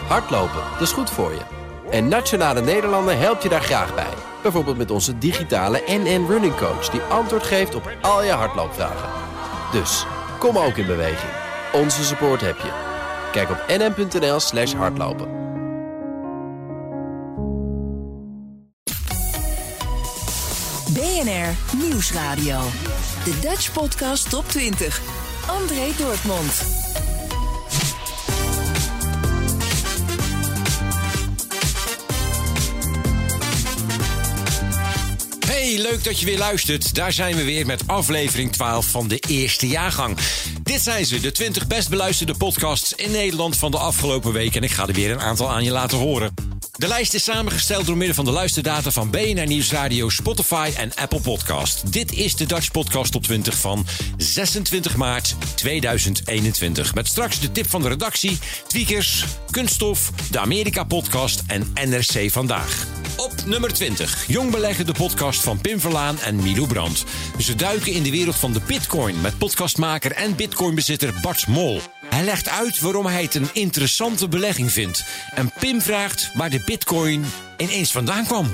Hardlopen, dat is goed voor je. En Nationale Nederlanden helpt je daar graag bij. Bijvoorbeeld met onze digitale NN Running Coach... die antwoord geeft op al je hardloopvragen. Dus, kom ook in beweging. Onze support heb je. Kijk op nn.nl/hardlopen. BNR Nieuwsradio. De Dutch Podcast Top 20. André Dortmund. Hey, leuk dat je weer luistert. Daar zijn we weer met aflevering 12 van de eerste jaargang. Dit zijn ze, de 20 best beluisterde podcasts in Nederland van de afgelopen week. En ik ga er weer een aantal aan je laten horen. De lijst is samengesteld door middel van de luisterdata van BNR Nieuwsradio, Spotify en Apple Podcast. Dit is de Dutch Podcast Top 20 van 26 maart 2021. Met straks de tip van de redactie, tweakers, kunststof, de Amerika-podcast en NRC Vandaag. Op nummer 20, Jong Beleggen, de podcast van Pim Verlaan en Milou Brandt. Ze duiken in de wereld van de bitcoin met podcastmaker en bitcoinbezitter Bart Mol. Hij legt uit waarom hij het een interessante belegging vindt. En Pim vraagt waar de bitcoin ineens vandaan kwam.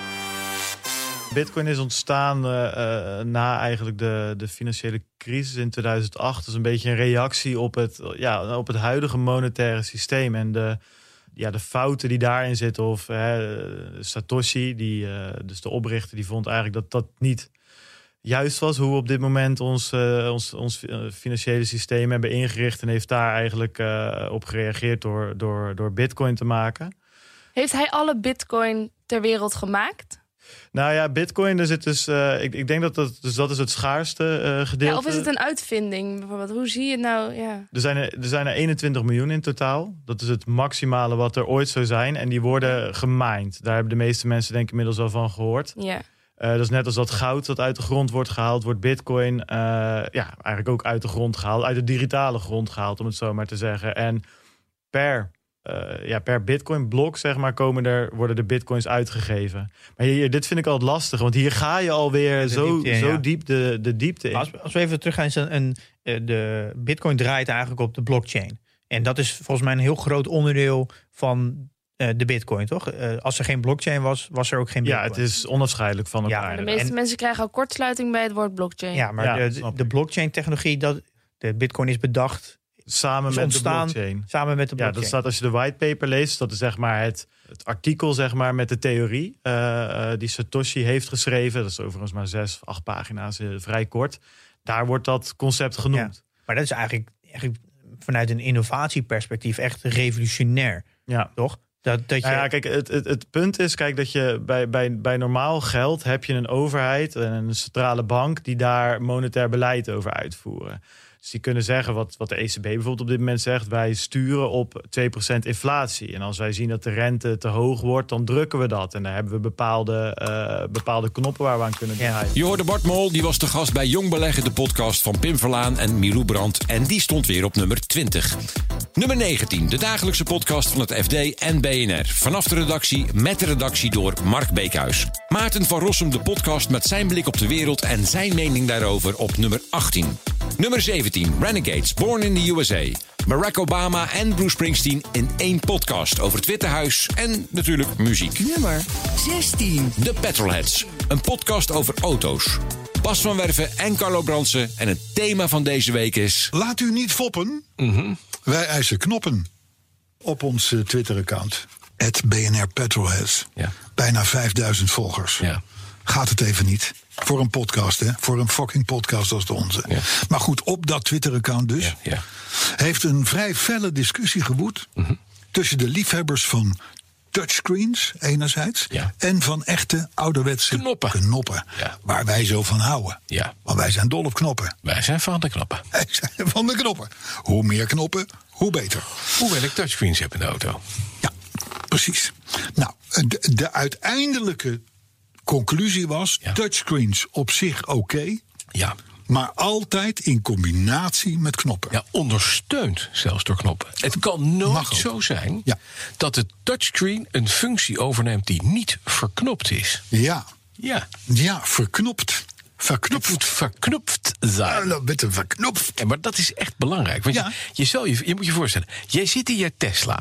Bitcoin is ontstaan na eigenlijk de financiële crisis in 2008. Dus een beetje een reactie op het huidige monetaire systeem. En de fouten die daarin zitten. Of Satoshi, dus de oprichter, die vond eigenlijk dat niet juist was hoe we op dit moment ons financiële systeem hebben ingericht. En heeft daar eigenlijk op gereageerd door Bitcoin te maken. Heeft hij alle Bitcoin ter wereld gemaakt? Nou ja, Bitcoin, er zit dus, ik denk dat is het schaarste gedeelte. Ja, of is het een uitvinding bijvoorbeeld? Hoe zie je het nou? Ja. Er zijn er 21 miljoen in totaal. Dat is het maximale wat er ooit zou zijn. En die worden gemined. Daar hebben de meeste mensen denk ik inmiddels al van gehoord. Ja. Dat is net als dat goud dat uit de grond wordt gehaald, wordt Bitcoin eigenlijk ook uit de grond gehaald. Uit de digitale grond gehaald, om het zo maar te zeggen. En per Bitcoin-blok, zeg maar, worden de Bitcoins uitgegeven. Maar dit vind ik altijd lastig, want hier ga je alweer diep de diepte in. Als we even teruggaan, de Bitcoin draait eigenlijk op de blockchain. En dat is volgens mij een heel groot onderdeel van de Bitcoin, toch? Als er geen blockchain was er ook geen Bitcoin. Ja, het is onafscheidelijk van elkaar. Ja, de meeste mensen krijgen al kortsluiting bij het woord blockchain. Ja, maar de blockchain-technologie, de Bitcoin is bedacht samen met de blockchain. Samen met de blockchain. Ja, dat staat als je de whitepaper leest. Dat is zeg maar het artikel zeg maar met de theorie die Satoshi heeft geschreven. Dat is overigens maar 6 of 8 pagina's, vrij kort. Daar wordt dat concept genoemd. Ja, maar dat is eigenlijk vanuit een innovatieperspectief echt revolutionair. Ja. Toch? Kijk, het punt is dat je bij normaal geld heb je een overheid en een centrale bank die daar monetair beleid over uitvoeren. Dus die kunnen zeggen wat de ECB bijvoorbeeld op dit moment zegt. Wij sturen op 2% inflatie. En als wij zien dat de rente te hoog wordt, dan drukken we dat. En daar hebben we bepaalde knoppen waar we aan kunnen draaien. Je hoorde Bart Mol, die was de gast bij Jong Beleggen, de podcast van Pim Verlaan en Milou Brandt. En die stond weer op nummer 20. Nummer 19, de dagelijkse podcast van het FD en BNR. Vanaf de redactie, met de redactie door Mark Beekhuis. Maarten van Rossum, de podcast met zijn blik op de wereld en zijn mening daarover op nummer 18. Nummer 17, Renegades, Born in the USA. Barack Obama en Bruce Springsteen in één podcast over het Witte Huis en natuurlijk muziek. Nummer 16. The Petrolheads, een podcast over auto's. Bas van Werven en Carlo Brandsen. En het thema van deze week is... Laat u niet foppen. Wij eisen knoppen. Op ons Twitter-account. @BNR Petrolheads. Ja. Bijna 5000 volgers. Ja. Gaat het even niet. Voor een podcast, hè? Voor een fucking podcast als de onze. Ja. Maar goed, op dat Twitter-account dus... heeft een vrij felle discussie gewoed... tussen de liefhebbers van touchscreens enerzijds... en van echte ouderwetse knoppen ja. Waar wij zo van houden. Ja. Want wij zijn dol op knoppen. Wij zijn van de knoppen. Wij zijn van de knoppen. Hoe meer knoppen, hoe beter. Hoewel ik touchscreens heb in de auto. Ja, precies. Nou, de uiteindelijke conclusie was... touchscreens op zich oké. Ja. Maar altijd in combinatie met knoppen. Ja, ondersteund zelfs door knoppen. Het kan nooit zo zijn dat de touchscreen een functie overneemt die niet verknopt is. Ja. Ja. Ja, verknopt. Het moet verknopt zijn. Nou, met een verknopt. Maar dat is echt belangrijk. Want je moet je voorstellen, jij zit in je Tesla.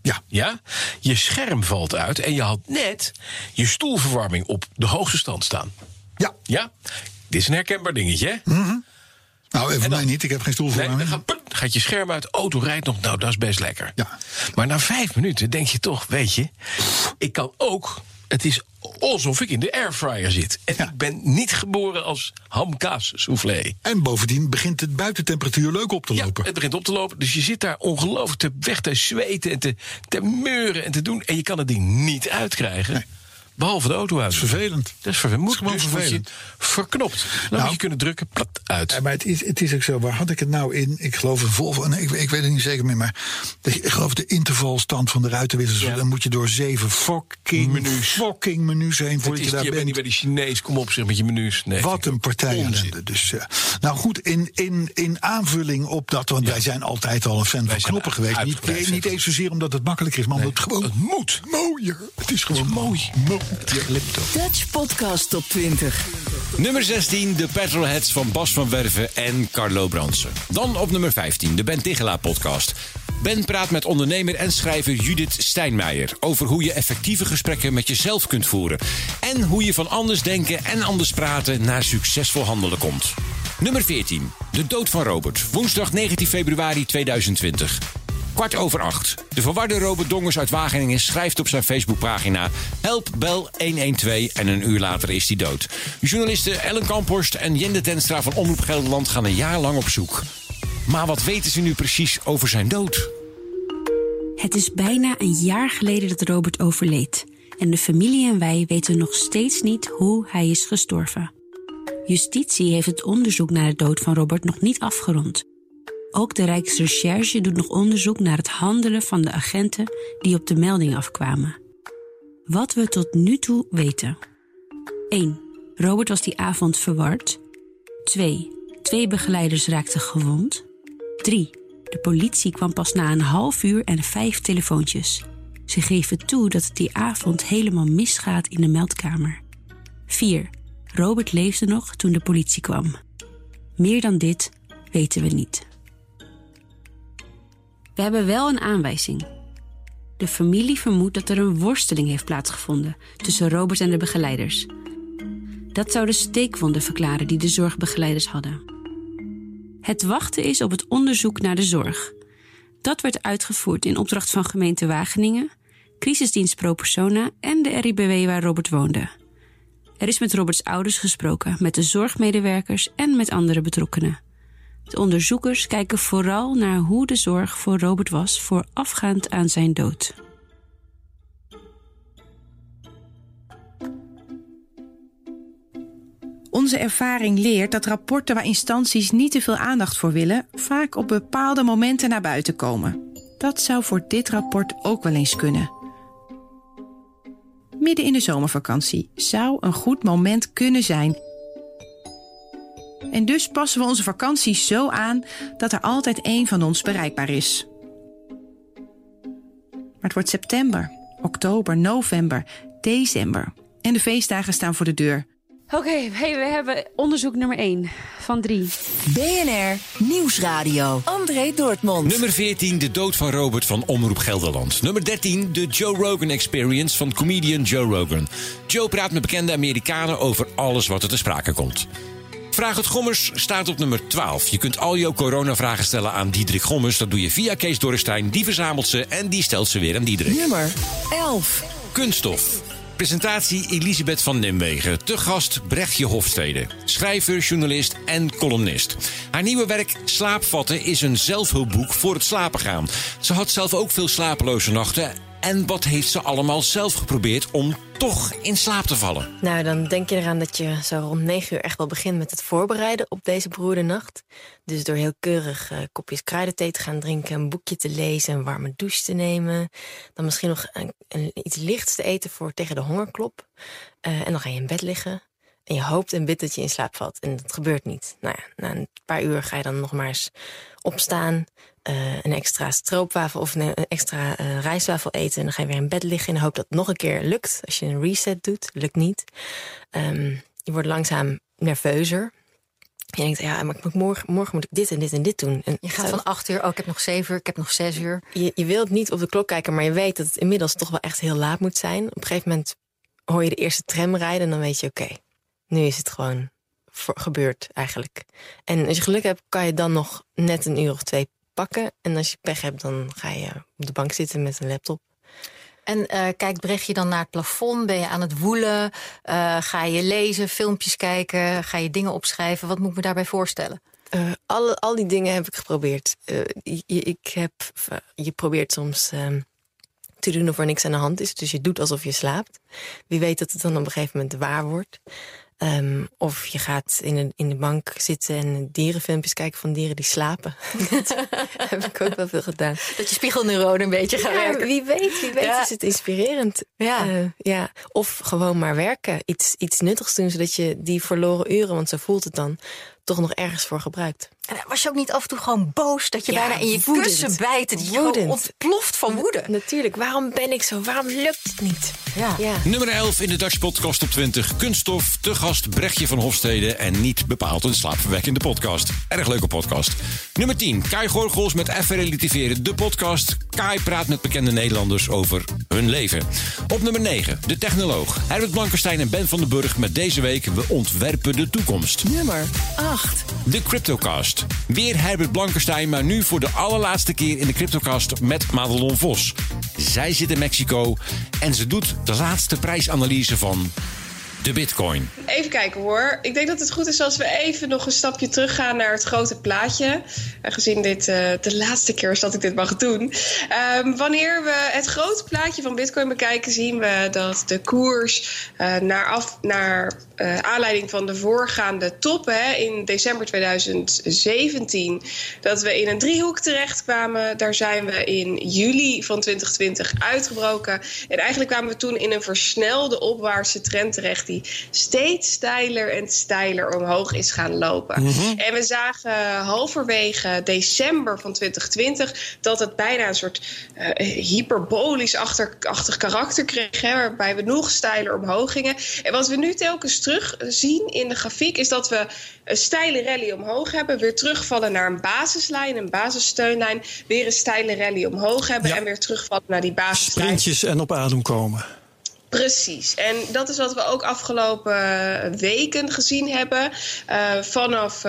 Ja? Je scherm valt uit en je had net je stoelverwarming op de hoogste stand staan. Ja? Dit is een herkenbaar dingetje, hè? Mm-hmm. Nou, voor mij niet. Ik heb geen stoelverwarming. Nee, dan gaat je scherm uit, auto rijdt nog. Nou, dat is best lekker. Ja. Maar na 5 minuten denk je toch, weet je, ik kan ook. Het is alsof ik in de airfryer zit. En ik ben niet geboren als hamkaas soufflé. En bovendien begint het buitentemperatuur leuk op te lopen. Ja, het begint op te lopen. Dus je zit daar ongelooflijk weg te zweten en te meuren en te doen. En je kan het ding niet uitkrijgen. Nee. Behalve de auto uit. Dat is vervelend. Dat is vervelend. Moet gewoon vervelend. Verknopt. Dan moet je kunnen drukken, plat uit. Maar het is ook zo. Waar had ik het nou in? Ik geloof een Volvo. Nee, ik weet het niet zeker meer. Maar ik geloof de intervalstand van de ruitenwissers. Ja. Dan moet je door 7 fucking menus heen voordat je daar bent. Je bent niet bij de Chinees. Kom op, zeg met je menus. Nee, wat een partij ellende. Dus, nou goed, in aanvulling op dat. Want wij zijn altijd al een fan van knoppen geweest. Niet eens zozeer omdat het makkelijker is. Maar omdat het gewoon moet. Mooier. Het is gewoon mooi. Dutch Podcast Top 20. Nummer 16, de Petrolheads van Bas van Werven en Carlo Bransen. Dan op nummer 15, de Ben Tigelaar podcast. Ben praat met ondernemer en schrijver Judith Steinmeijer over hoe je effectieve gesprekken met jezelf kunt voeren. En hoe je van anders denken en anders praten naar succesvol handelen komt. Nummer 14, de dood van Robert. Woensdag 19 februari 2020. 7:15. De verwarde Robert Dongers uit Wageningen schrijft op zijn Facebookpagina: help, bel 112 en een uur later is hij dood. Journalisten Ellen Kamphorst en Jende Denstra van Omroep Gelderland gaan een jaar lang op zoek. Maar wat weten ze nu precies over zijn dood? Het is bijna een jaar geleden dat Robert overleed. En de familie en wij weten nog steeds niet hoe hij is gestorven. Justitie heeft het onderzoek naar de dood van Robert nog niet afgerond. Ook de Rijksrecherche doet nog onderzoek naar het handelen van de agenten die op de melding afkwamen. Wat we tot nu toe weten. 1. Robert was die avond verward. 2. 2 begeleiders raakten gewond. 3. De politie kwam pas na een half uur en 5 telefoontjes. Ze geven toe dat het die avond helemaal misgaat in de meldkamer. 4. Robert leefde nog toen de politie kwam. Meer dan dit weten we niet. We hebben wel een aanwijzing. De familie vermoedt dat er een worsteling heeft plaatsgevonden tussen Robert en de begeleiders. Dat zou de steekwonden verklaren die de zorgbegeleiders hadden. Het wachten is op het onderzoek naar de zorg. Dat werd uitgevoerd in opdracht van gemeente Wageningen, crisisdienst Pro Persona en de RIBW waar Robert woonde. Er is met Roberts ouders gesproken, met de zorgmedewerkers en met andere betrokkenen. De onderzoekers kijken vooral naar hoe de zorg voor Robert was voorafgaand aan zijn dood. Onze ervaring leert dat rapporten waar instanties niet te veel aandacht voor willen, vaak op bepaalde momenten naar buiten komen. Dat zou voor dit rapport ook wel eens kunnen. Midden in de zomervakantie zou een goed moment kunnen zijn. En dus passen we onze vakantie zo aan dat er altijd één van ons bereikbaar is. Maar het wordt september, oktober, november, december. En de feestdagen staan voor de deur. Oké, we hebben onderzoek nummer 1 van 3. BNR Nieuwsradio. André Dortmund. Nummer 14, de dood van Robert van Omroep Gelderland. Nummer 13, de Joe Rogan Experience van comedian Joe Rogan. Joe praat met bekende Amerikanen over alles wat er te sprake komt. Vraag het Gommers staat op nummer 12. Je kunt al jouw coronavragen stellen aan Diederik Gommers. Dat doe je via Kees Dorrestein. Die verzamelt ze en die stelt ze weer aan Diederik. Nummer 11. Kunststof. Presentatie Elisabeth van Nimwegen. Te gast Brechtje Hofstede. Schrijver, journalist en columnist. Haar nieuwe werk Slaapvatten is een zelfhulpboek voor het slapen gaan. Ze had zelf ook veel slapeloze nachten. En wat heeft ze allemaal zelf geprobeerd om toch in slaap te vallen? Nou, dan denk je eraan dat je zo rond 9 uur echt wel begint met het voorbereiden op deze beroerde nacht. Dus door heel keurig kopjes kruidenthee te gaan drinken, een boekje te lezen, een warme douche te nemen. Dan misschien nog iets lichts te eten voor tegen de hongerklop. En dan ga je in bed liggen. En je hoopt en bidt dat je in slaap valt. En dat gebeurt niet. Nou ja, na een paar uur ga je dan nog maar eens opstaan. Een extra stroopwafel of een extra rijstwafel eten. En dan ga je weer in bed liggen en hoop dat het nog een keer lukt. Als je een reset doet, lukt niet. Je wordt langzaam nerveuzer. je denkt, maar morgen moet ik dit en dit en dit doen. En je gaat van 8 uur, ik heb nog 7 uur, ik heb nog 6 uur. Je wilt niet op de klok kijken, maar je weet dat het inmiddels toch wel echt heel laat moet zijn. Op een gegeven moment hoor je de eerste tram rijden en dan weet je, oké, nu is het gewoon gebeurd eigenlijk. En als je geluk hebt, kan je dan nog net 1 uur of 2 pakken. En als je pech hebt, dan ga je op de bank zitten met een laptop. En kijkt Brechtje dan naar het plafond? Ben je aan het woelen? Ga je lezen, filmpjes kijken? Ga je dingen opschrijven? Wat moet ik me daarbij voorstellen? Al die dingen heb ik geprobeerd. Je probeert soms te doen of er niks aan de hand is. Dus je doet alsof je slaapt. Wie weet dat het dan op een gegeven moment waar wordt. Of je gaat in de bank zitten en dierenfilmpjes kijken van dieren die slapen. Dat heb ik ook wel veel gedaan. Dat je spiegelneuronen een beetje gaat werken. Wie weet is het inspirerend. Of gewoon maar werken. Iets nuttigs doen, zodat je die verloren uren, want zo voelt het dan, toch nog ergens voor gebruikt. En was je ook niet af en toe gewoon boos dat je bijna in je kussen bijt, dat je gewoon ontploft van woede? Natuurlijk, waarom ben ik zo? Waarom lukt het niet? Ja. Nummer 11 in de Dutch Podcast Top 20. Kunststof, te gast Brechtje van Hofstede en niet bepaald een slaapverwekkende podcast. Erg leuke podcast. Nummer 10, Kai Gorgels met Even Relativeren, de podcast. Kai praat met bekende Nederlanders over hun leven. Op nummer 9, De Technoloog. Herbert Blankenstein en Ben van den Burg met deze week We ontwerpen de toekomst. Nummer 8. De Cryptocast. Weer Herbert Blankenstein, maar nu voor de allerlaatste keer in de Cryptocast met Madelon Vos. Zij zit in Mexico en ze doet de laatste prijsanalyse van de Bitcoin. Even kijken hoor. Ik denk dat het goed is als we even nog een stapje teruggaan naar het grote plaatje. Gezien dit de laatste keer is dat ik dit mag doen. Wanneer we het grote plaatje van Bitcoin bekijken, zien we dat de koers naar aanleiding van de voorgaande top in december 2017, dat we in een driehoek terechtkwamen. Daar zijn we in juli van 2020 uitgebroken. En eigenlijk kwamen we toen in een versnelde opwaartse trend terecht die steeds steiler en steiler omhoog is gaan lopen. Mm-hmm. En we zagen halverwege december van 2020 dat het bijna een soort hyperbolisch-achtig karakter kreeg, waarbij we nog steiler omhoog gingen. En wat we nu telkens terug zien in de grafiek is dat we een steile rally omhoog hebben, weer terugvallen naar een basislijn, een basissteunlijn, weer een steile rally omhoog hebben en weer terugvallen naar die basislijn. Sprintjes en op adem komen. Precies. En dat is wat we ook afgelopen weken gezien hebben. Vanaf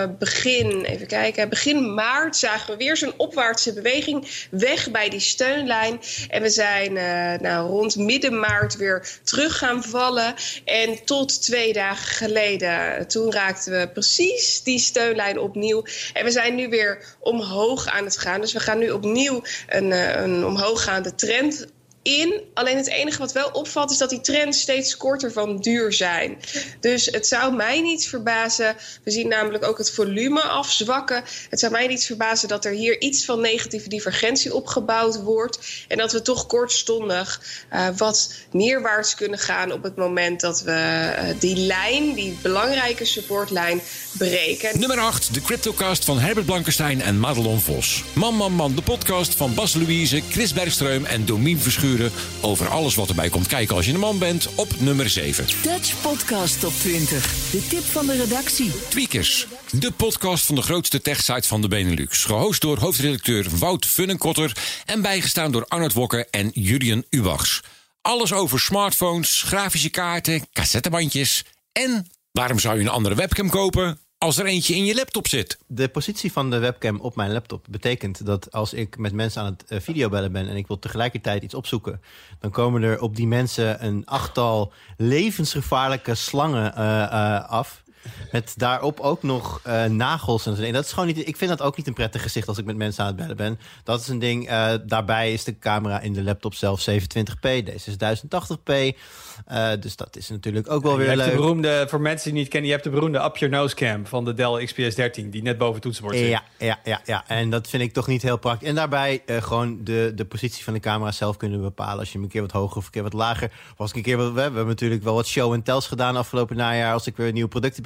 begin maart zagen we weer zo'n opwaartse beweging weg bij die steunlijn. En we zijn rond midden maart weer terug gaan vallen. En tot 2 dagen geleden, toen raakten we precies die steunlijn opnieuw. En we zijn nu weer omhoog aan het gaan. Dus we gaan nu opnieuw een omhooggaande trend in. Alleen het enige wat wel opvalt is dat die trends steeds korter van duur zijn. Dus het zou mij niet verbazen. We zien namelijk ook het volume afzwakken. Het zou mij niet verbazen dat er hier iets van negatieve divergentie opgebouwd wordt. En dat we toch kortstondig wat neerwaarts kunnen gaan op het moment dat we die belangrijke supportlijn breken. Nummer 8, de Cryptocast van Herbert Blankenstein en Madelon Vos. Man, de podcast van Bas Louise, Chris Bergström en Domien Verschuren over alles wat erbij komt kijken als je een man bent op nummer 7. Dutch Podcast Top 20. De tip van de redactie. Tweakers, de podcast van de grootste techsite van de Benelux. Gehost door hoofdredacteur Wout Funnenkotter en bijgestaan door Arnold Wokker en Julian Ubachs. Alles over smartphones, grafische kaarten, cassettebandjes en waarom zou je een andere webcam kopen als er eentje in je laptop zit? De positie van de webcam op mijn laptop betekent dat als ik met mensen aan het videobellen ben en ik wil tegelijkertijd iets opzoeken, dan komen er op die mensen een 8-tal levensgevaarlijke slangen af. Met daarop ook nog nagels en zo. En dat is gewoon niet. Ik vind dat ook niet een prettig gezicht als ik met mensen aan het bellen ben. Dat is een ding. Daarbij is de camera in de laptop zelf 720p. Deze is 1080p. Dus dat is natuurlijk ook wel weer leuk. De beroemde, voor mensen die het niet kennen, je hebt de beroemde Up Your Nose Cam van de Dell XPS 13, die net boven het toetsenbord zit. Ja. En dat vind ik toch niet heel praktisch. En daarbij gewoon de positie van de camera zelf kunnen bepalen. Als je hem een keer wat hoger of een keer wat lager. Of als ik een keer we hebben natuurlijk wel wat show and tells gedaan afgelopen najaar. Als ik weer nieuwe producten binnen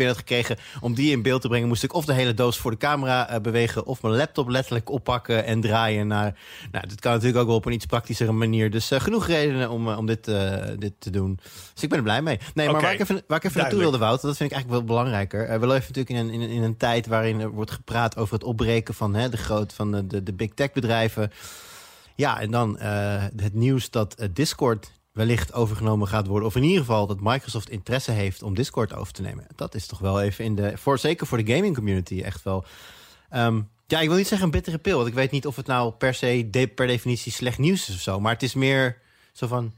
binnen had gekregen. Om die in beeld te brengen moest ik of de hele doos voor de camera bewegen... of mijn laptop letterlijk oppakken en draaien naar... Nou, dit kan natuurlijk ook wel op een iets praktischere manier. Dus genoeg redenen om dit te doen. Dus ik ben er blij mee. Nee, maar waar ik even naartoe wilde, Wouter, dat vind ik eigenlijk wel belangrijker. We leven natuurlijk in een tijd waarin er wordt gepraat over het opbreken van de big tech bedrijven. Ja, en dan het nieuws dat Discord wellicht overgenomen gaat worden. Of in ieder geval dat Microsoft interesse heeft om Discord over te nemen. Dat is toch wel even zeker voor de gaming community echt wel... ja, ik wil niet zeggen een bittere pil. Want ik weet niet of het nou per definitie slecht nieuws is of zo. Maar het is meer zo van...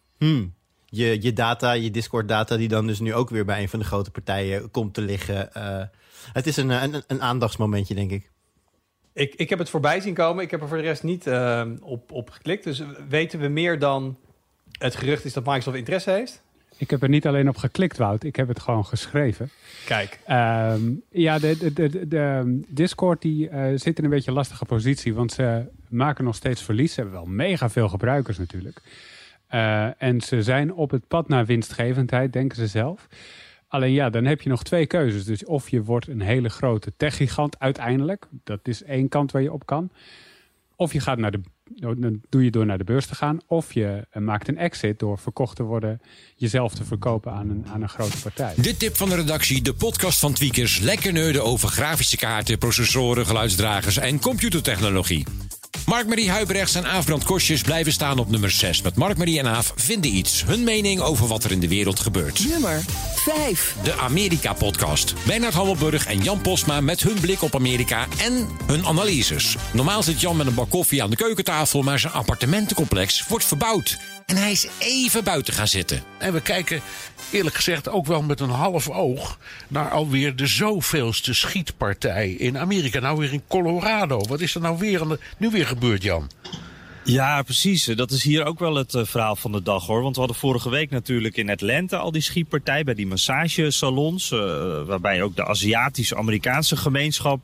Je data, je Discord data... die dan dus nu ook weer bij een van de grote partijen komt te liggen. Het is een aandachtsmomentje, denk ik. Ik heb het voorbij zien komen. Ik heb er voor de rest niet op geklikt. Dus weten we meer dan het gerucht is dat Microsoft interesse heeft? Ik heb er niet alleen op geklikt, Wout. Ik heb het gewoon geschreven. Kijk. Ja, de Discord die zit in een beetje een lastige positie. Want ze maken nog steeds verlies. Ze hebben wel mega veel gebruikers natuurlijk. En ze zijn op het pad naar winstgevendheid, denken ze zelf. Alleen ja, dan heb je nog 2 keuzes. Dus of je wordt een hele grote techgigant uiteindelijk. Dat is 1 kant waar je op kan. Of je gaat dan doe je door naar de beurs te gaan. Of je maakt een exit door verkocht te worden, jezelf te verkopen aan een grote partij. De tip van de redactie, de podcast van Tweakers. Lekker nerden over grafische kaarten, processoren, geluidsdragers en computertechnologie. Mark-Marie Huibrechts en Aaf Brand Kostjes blijven staan op nummer 6. Met Mark-Marie en Aaf vinden iets. Hun mening over wat er in de wereld gebeurt. Nummer 5. De Amerika-podcast. Bernard Hammelburg en Jan Posma met hun blik op Amerika en hun analyses. Normaal zit Jan met een bak koffie aan de keukentafel, maar zijn appartementencomplex wordt verbouwd. En hij is even buiten gaan zitten. En we kijken eerlijk gezegd ook wel met een half oog naar alweer de zoveelste schietpartij in Amerika. Nou weer in Colorado. Wat is er nou nu weer gebeurd, Jan? Ja, precies. Dat is hier ook wel het verhaal van de dag, hoor. Want we hadden vorige week natuurlijk in Atlanta al die schietpartij bij die massagesalons. Waarbij ook de Aziatisch-Amerikaanse gemeenschap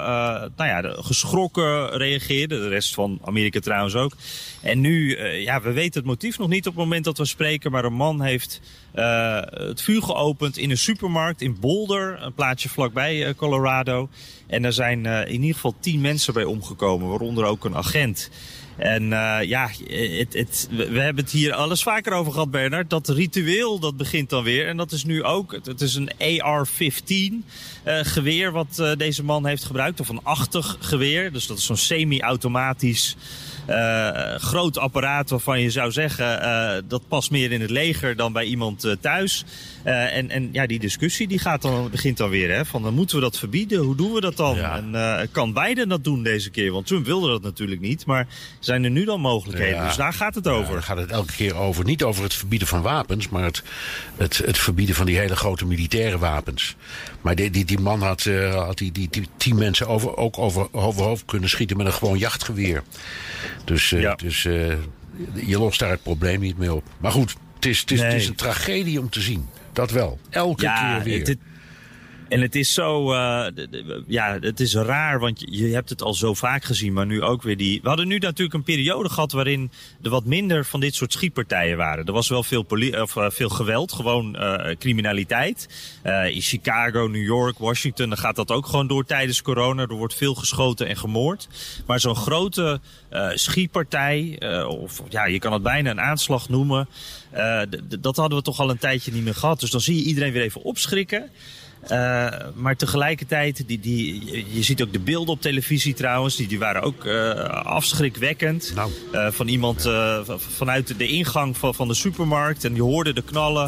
geschrokken reageerde. De rest van Amerika trouwens ook. En nu, we weten het motief nog niet op het moment dat we spreken. Maar een man heeft het vuur geopend in een supermarkt in Boulder. Een plaatsje vlakbij Colorado. En daar zijn in ieder geval 10 mensen bij omgekomen. Waaronder ook een agent. En we hebben het hier alles vaker over gehad, Bernard. Dat ritueel, dat begint dan weer. En dat is nu ook, het is een AR-15 geweer wat deze man heeft gebruikt. Of een 80 geweer. Dus dat is zo'n semi-automatisch groot apparaat waarvan je zou zeggen... dat past meer in het leger dan bij iemand thuis. En die discussie die begint dan weer. Hè, van moeten we dat verbieden? Hoe doen we dat dan? Ja. En kan Biden dat doen deze keer? Want Trump wilde dat natuurlijk niet. Maar zijn er nu dan mogelijkheden? Ja. Dus daar gaat het over. Daar gaat het elke keer over. Niet over het verbieden van wapens, maar het verbieden van die hele grote militaire wapens. Maar die man had die 10 mensen overhoofd kunnen schieten met een gewoon jachtgeweer. Dus je lost daar het probleem niet mee op. Maar goed, het is een tragedie om te zien. Dat wel. Elke keer weer. En het is zo, het is raar, want je hebt het al zo vaak gezien, maar nu ook weer we hadden nu natuurlijk een periode gehad waarin er wat minder van dit soort schietpartijen waren. Er was wel veel geweld, gewoon criminaliteit. In Chicago, New York, Washington, dan gaat dat ook gewoon door tijdens corona. Er wordt veel geschoten en gemoord. Maar zo'n grote schietpartij, je kan het bijna een aanslag noemen, dat hadden we toch al een tijdje niet meer gehad. Dus dan zie je iedereen weer even opschrikken. Maar tegelijkertijd, je ziet ook de beelden op televisie trouwens, die waren ook afschrikwekkend. Van iemand vanuit de ingang van de supermarkt en die hoorde de knallen.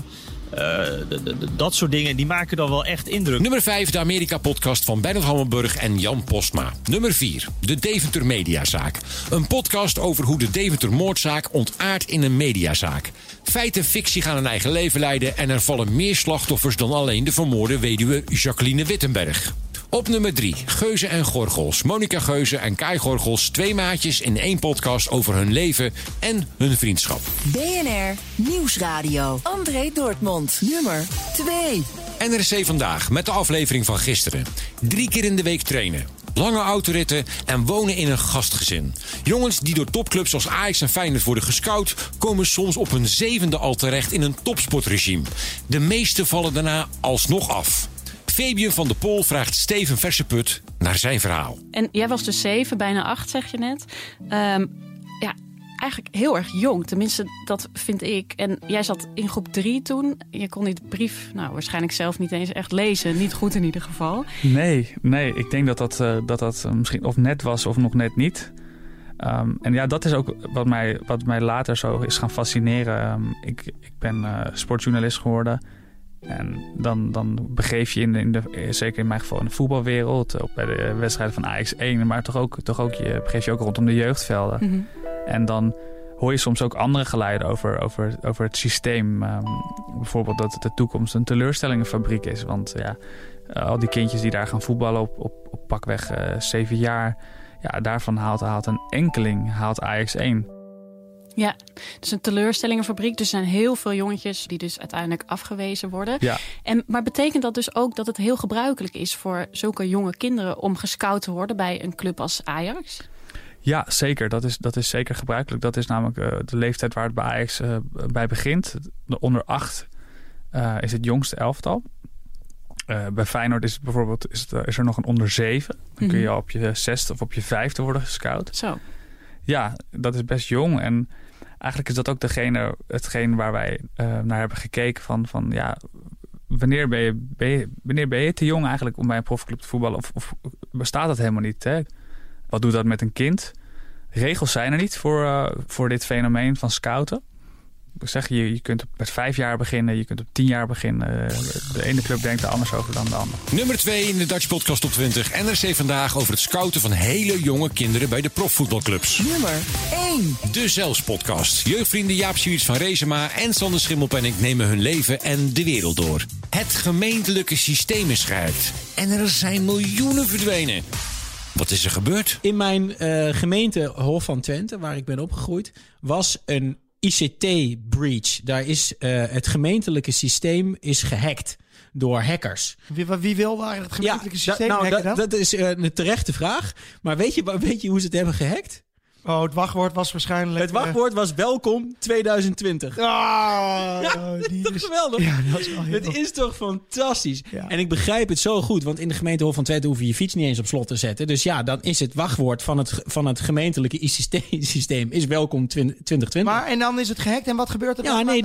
Dat soort dingen, die maken dan wel echt indruk. Nummer 5, de Amerika-podcast van Bernard Hammelburg en Jan Postma. Nummer 4, de Deventer Mediazaak. Een podcast over hoe de Deventer moordzaak ontaardt in een mediazaak. Feit en fictie gaan een eigen leven leiden en er vallen meer slachtoffers dan alleen de vermoorde weduwe Jacqueline Wittenberg. Op nummer 3, Geuze en Gorgels. Monica Geuze en Kai Gorgels, 2 maatjes in 1 podcast over hun leven en hun vriendschap. BNR Nieuwsradio. André Dortmund, nummer 2. NRC Vandaag met de aflevering van gisteren. 3 keer in de week trainen. Lange autoritten en wonen in een gastgezin. Jongens die door topclubs als Ajax en Feyenoord worden gescout, komen soms op hun 7e al terecht in een topsportregime. De meeste vallen daarna alsnog af. Fabian van der Pol vraagt Steven Verseput naar zijn verhaal. En jij was dus 7, bijna 8, zeg je net. Eigenlijk heel erg jong. Tenminste, dat vind ik. En jij zat in groep 3 toen. Je kon die brief waarschijnlijk zelf niet eens echt lezen. Niet goed in ieder geval. Nee. Ik denk dat misschien of net was of nog net niet. En ja, dat is ook wat mij later zo is gaan fascineren. Ik ben sportjournalist geworden. En dan begeef je zeker in mijn geval in de voetbalwereld. Ook bij de wedstrijden van Ajax 1. Maar toch ook begeef je ook rondom de jeugdvelden. Mm-hmm. En dan hoor je soms ook andere geluiden over het systeem. Bijvoorbeeld dat de toekomst een teleurstellingenfabriek is. Want al die kindjes die daar gaan voetballen op pakweg 7 jaar... Ja, daarvan haalt een enkeling Ajax 1. Ja, dus een teleurstellingenfabriek. Dus er zijn heel veel jongetjes die dus uiteindelijk afgewezen worden. Ja. Maar betekent dat dus ook dat het heel gebruikelijk is voor zulke jonge kinderen om gescout te worden bij een club als Ajax? Ja, zeker. Dat is zeker gebruikelijk. Dat is namelijk de leeftijd waar het bij Ajax bij begint. De onder 8 is het jongste elftal. Bij Feyenoord is het bijvoorbeeld is er nog een onder 7. Dan kun je al op je 6e of op je 5e worden gescout. Zo. Ja, dat is best jong. En eigenlijk is dat ook hetgeen waar wij naar hebben gekeken van wanneer ben je te jong eigenlijk om bij een profclub te voetballen? Of bestaat dat helemaal niet? Hè? Wat doet dat met een kind? Regels zijn er niet voor dit fenomeen van scouten. Ik zeg, je kunt met 5 jaar beginnen, je kunt op 10 jaar beginnen. De ene club denkt er anders over dan de andere. Nummer 2 in de Dutch Podcast Top 20. NRC Vandaag over het scouten van hele jonge kinderen bij de profvoetbalclubs. Nummer 1. De Zelfs podcast. Jeugdvrienden Jaap Siewits van Reesema en Sander Schimmelpenninck nemen hun leven en de wereld door. Het gemeentelijke systeem is gehackt. En er zijn miljoenen verdwenen. Wat is er gebeurd? In mijn gemeente Hof van Twente, waar ik ben opgegroeid, was een ICT-breach. Daar is het gemeentelijke systeem is gehackt door hackers. Wie wil waar het gemeentelijke systeem hacken dan? Dat is een terechte vraag. Maar weet je hoe ze het hebben gehackt? Oh, het wachtwoord was waarschijnlijk... Het wachtwoord was welkom 2020. Ja, dat is toch geweldig? Ja, dat is wel heel... Het is toch fantastisch? Ja. En ik begrijp het zo goed. Want in de gemeente Hof van Twente hoef je je fiets niet eens op slot te zetten. Dus ja, dan is het wachtwoord van het gemeentelijke ICT-systeem is welkom 2020. Maar en dan is het gehackt en wat gebeurt er dan? Ja, nee,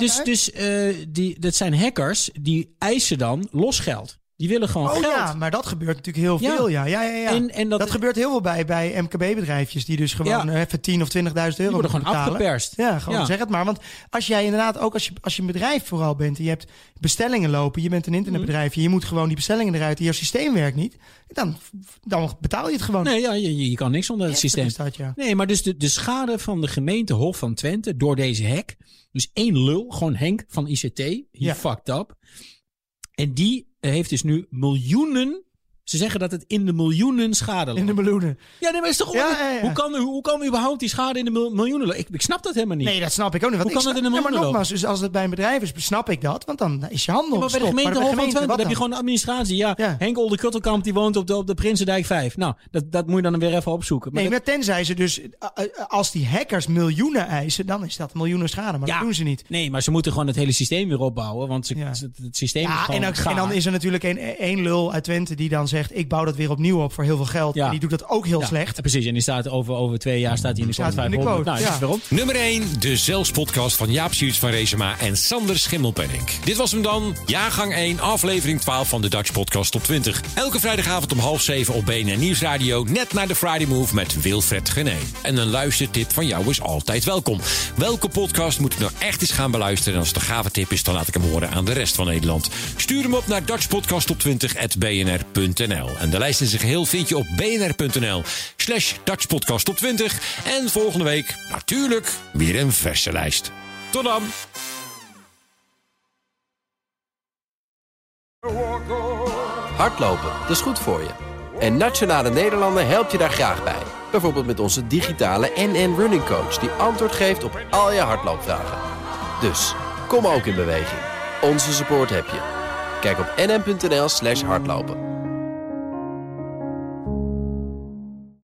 dat zijn hackers die eisen dan losgeld. Die willen gewoon geld. Ja, maar dat gebeurt natuurlijk heel veel. Ja. En dat gebeurt heel veel bij MKB-bedrijfjes die dus gewoon even 10.000 of 20.000 euro die worden gewoon betalen. Afgeperst. Ja, gewoon zeg het maar. Want als jij inderdaad ook als je een bedrijf vooral bent en je hebt bestellingen lopen, je bent een internetbedrijf, je moet gewoon die bestellingen eruit, en jouw systeem werkt niet, dan betaal je het gewoon. Nee, ja, je kan niks onder het systeem. Nee, maar dus de schade van de gemeente Hof van Twente door deze hack, dus 1 lul, gewoon Henk van ICT, he fucked up. En die heeft dus nu miljoenen... Ze zeggen dat het in de miljoenen schade loopt. In de miljoenen. Ja, nee, maar is toch gewoon... Hoe kan überhaupt die schade in de miljoenen lopen? Ik snap dat helemaal niet. Nee, dat snap ik ook niet. Hoe kan dat in de miljoenen lopen? Nogmaals, dus als het bij een bedrijf is, snap ik dat. Want dan is je handel maar bij de gemeente Hof van Twente heb je gewoon de administratie. Ja. Henk Olde Kuttelkamp die woont op de Prinsendijk 5. Nou, dat moet je dan weer even opzoeken. Maar maar tenzij ze dus... Als die hackers miljoenen eisen, dan is dat miljoenen schade. Maar dat doen ze niet. Nee, maar ze moeten gewoon het hele systeem weer opbouwen. Want het systeem is gewoon en dan is er natuurlijk één lul uit Twente die dan zegt, ik bouw dat weer opnieuw op voor heel veel geld. Ja. En die doet dat ook heel slecht. Ja, precies, en die staat over 2 jaar staat hij in de quote 500. Nou, Nummer 1, de Zelfs podcast van Jaap Siewits van Reesema en Sander Schimmelpenninck. Dit was hem dan, jaargang 1, aflevering 12 van de Dutch Podcast Top 20. Elke vrijdagavond om 6:30 op BNR Nieuwsradio, net naar de Friday Move met Wilfred Gené. En een luistertip van jou is altijd welkom. Welke podcast moet ik nou echt eens gaan beluisteren? En als het een gave tip is, dan laat ik hem horen aan de rest van Nederland. Stuur hem op naar dutchpodcasttop20@bnr.nl. En de lijst in zijn geheel vind je op bnr.nl/dutchpodcasttop20. En volgende week natuurlijk weer een verse lijst. Tot dan! Hardlopen, dat is goed voor je. En Nationale Nederlanden helpt je daar graag bij. Bijvoorbeeld met onze digitale NN Running Coach, die antwoord geeft op al je hardloopvragen. Dus, kom ook in beweging. Onze support heb je. Kijk op nn.nl/hardlopen.